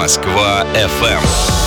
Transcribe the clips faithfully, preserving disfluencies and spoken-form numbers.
Москва-эф эм.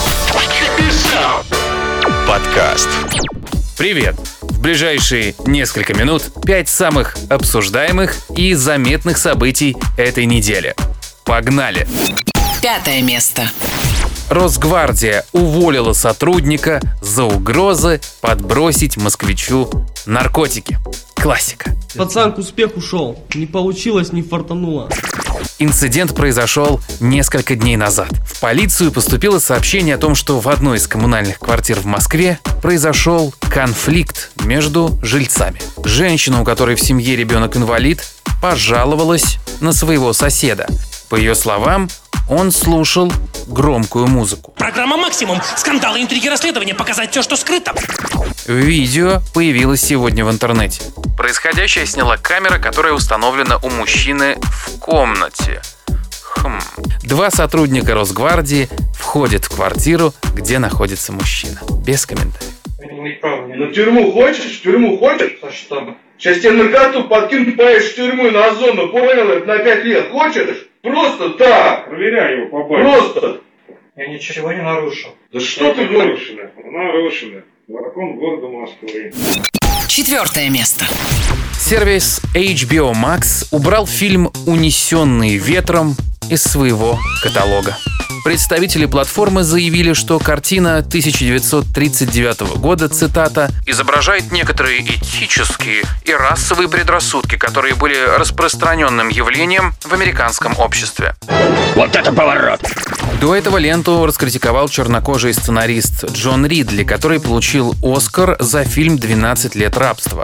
Подкаст. Привет! В ближайшие несколько минут пять самых обсуждаемых и заметных событий этой недели. Погнали! Пятое место. Росгвардия уволила сотрудника за угрозы подбросить москвичу наркотики. Классика. Пацан к успеху шел. Не получилось, не фартануло. Инцидент произошел несколько дней назад. В полицию поступило сообщение о том, что в одной из коммунальных квартир в Москве произошел конфликт между жильцами. Женщина, у которой в семье ребенок-инвалид, пожаловалась на своего соседа. По ее словам, он слушал громкую музыку. Программа «Максимум». Скандалы, интриги, расследования. Показать все, что скрыто. Видео появилось сегодня в интернете. Происходящее сняла камера, которая установлена у мужчины в комнате. Хм. Два сотрудника Росгвардии входят в квартиру, где находится мужчина. Без комментариев. На тюрьму хочешь? В тюрьму хочешь? А что? Сейчас тебе наркоту подкинут, поедешь в тюрьму на зону, понял? Это на пять лет. Хочешь? Просто так. Проверяй его побольше. Просто. Я ничего не нарушил. Да что ты говоришь? Нарушено. Нарушено. Закон города Москвы. Четвертое место. Сервис эйч би о Max убрал фильм «Унесенные ветром» из своего каталога. Представители платформы заявили, что картина тысяча девятьсот тридцать девятого года, цитата, «изображает некоторые этические и расовые предрассудки, которые были распространенным явлением в американском обществе». Вот это поворот! До этого ленту раскритиковал чернокожий сценарист Джон Ридли, который получил Оскар за фильм «двенадцать лет рабства».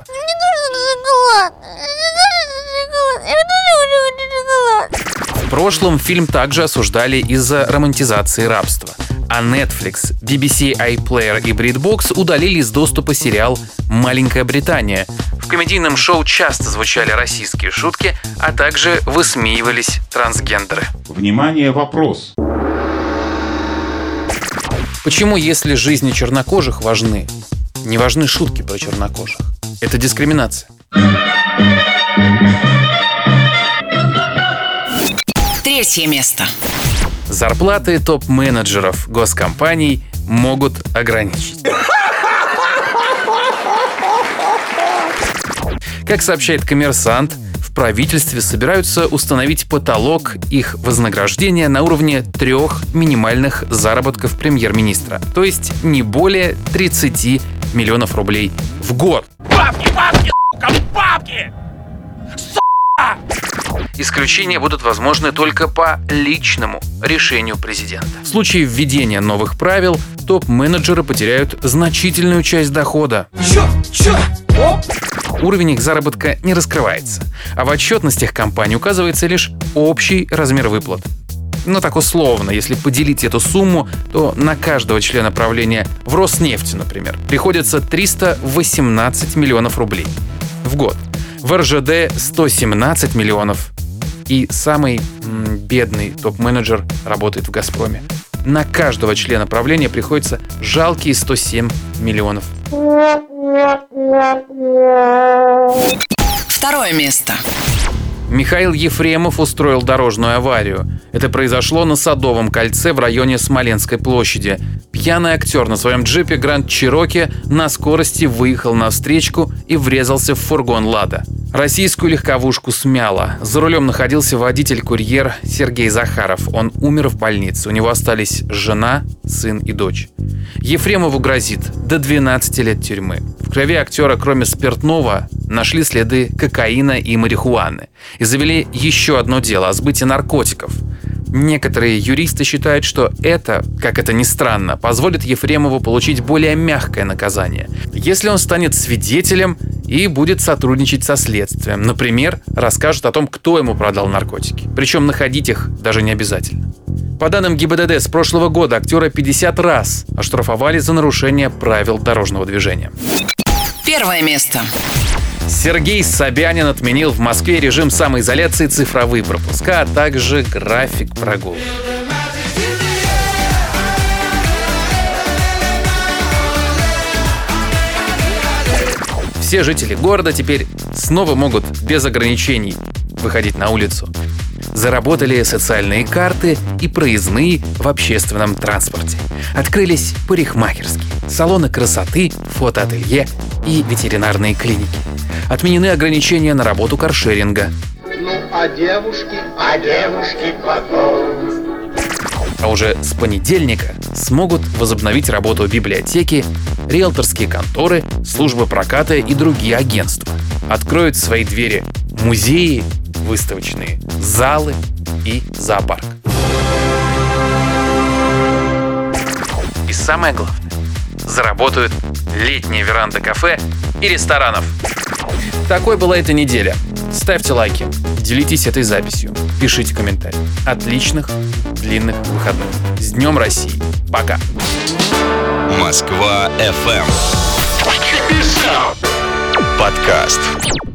В прошлом фильм также осуждали из-за романтизации рабства. А Netflix, би би си iPlayer и BritBox удалили из доступа сериал «Маленькая Британия». В комедийном шоу часто звучали российские шутки, а также высмеивались трансгендеры. Внимание, вопрос. Почему, если жизни чернокожих важны, не важны шутки про чернокожих? Это дискриминация. Третье место. Зарплаты топ-менеджеров госкомпаний могут ограничить. Как сообщает «Коммерсант», в правительстве собираются установить потолок их вознаграждения на уровне трех минимальных заработков премьер-министра, то есть не более тридцати миллионов рублей в год. Бабки, бабки, сука, бабки! Исключения будут возможны только по личному решению президента. В случае введения новых правил топ-менеджеры потеряют значительную часть дохода. Чё? Чё? О? Уровень их заработка не раскрывается, а в отчетностях компании указывается лишь общий размер выплат. Но так условно, если поделить эту сумму, то на каждого члена правления в Роснефти, например, приходится триста восемнадцать миллионов рублей в год. В эр жэ дэ сто семнадцать миллионов. И самый м, бедный топ-менеджер работает в «Газпроме». На каждого члена правления приходится жалкие сто семь миллионов. Второе место. Михаил Ефремов устроил дорожную аварию. Это произошло на Садовом кольце в районе Смоленской площади. Пьяный актер на своем джипе Гранд Чироки на скорости выехал на встречку и врезался в фургон «Лада». Российскую легковушку смяло. За рулем находился водитель-курьер Сергей Захаров. Он умер в больнице. У него остались жена, сын и дочь. Ефремову грозит до двенадцати лет тюрьмы. В крови актера, кроме спиртного, нашли следы кокаина и марихуаны. И завели еще одно дело о сбытии наркотиков. Некоторые юристы считают, что это, как это ни странно, позволит Ефремову получить более мягкое наказание, если он станет свидетелем и будет сотрудничать со следствием. Например, расскажет о том, кто ему продал наркотики. Причем находить их даже не обязательно. По данным гэ и бэ дэ дэ, с прошлого года актера пятьдесят раз оштрафовали за нарушение правил дорожного движения. Первое место. Сергей Собянин отменил в Москве режим самоизоляции, цифровые пропуска, а также график прогулок. Все жители города теперь снова могут без ограничений выходить на улицу. Заработали социальные карты и проездные в общественном транспорте. Открылись парикмахерские, салоны красоты, фотоателье и ветеринарные клиники. Отменены ограничения на работу каршеринга. Ну, а девушки, а девушки потом. А уже с понедельника смогут возобновить работу библиотеки, риэлторские конторы, службы проката и другие агентства. Откроют свои двери музеи, выставочные залы и зоопарк. И самое главное, заработают летние веранды кафе и ресторанов. Такой была эта неделя. Ставьте лайки, делитесь этой записью, пишите комментарии. Отличных длинных выходных. С Днем России. Пока. Москва эф эм. Подкаст.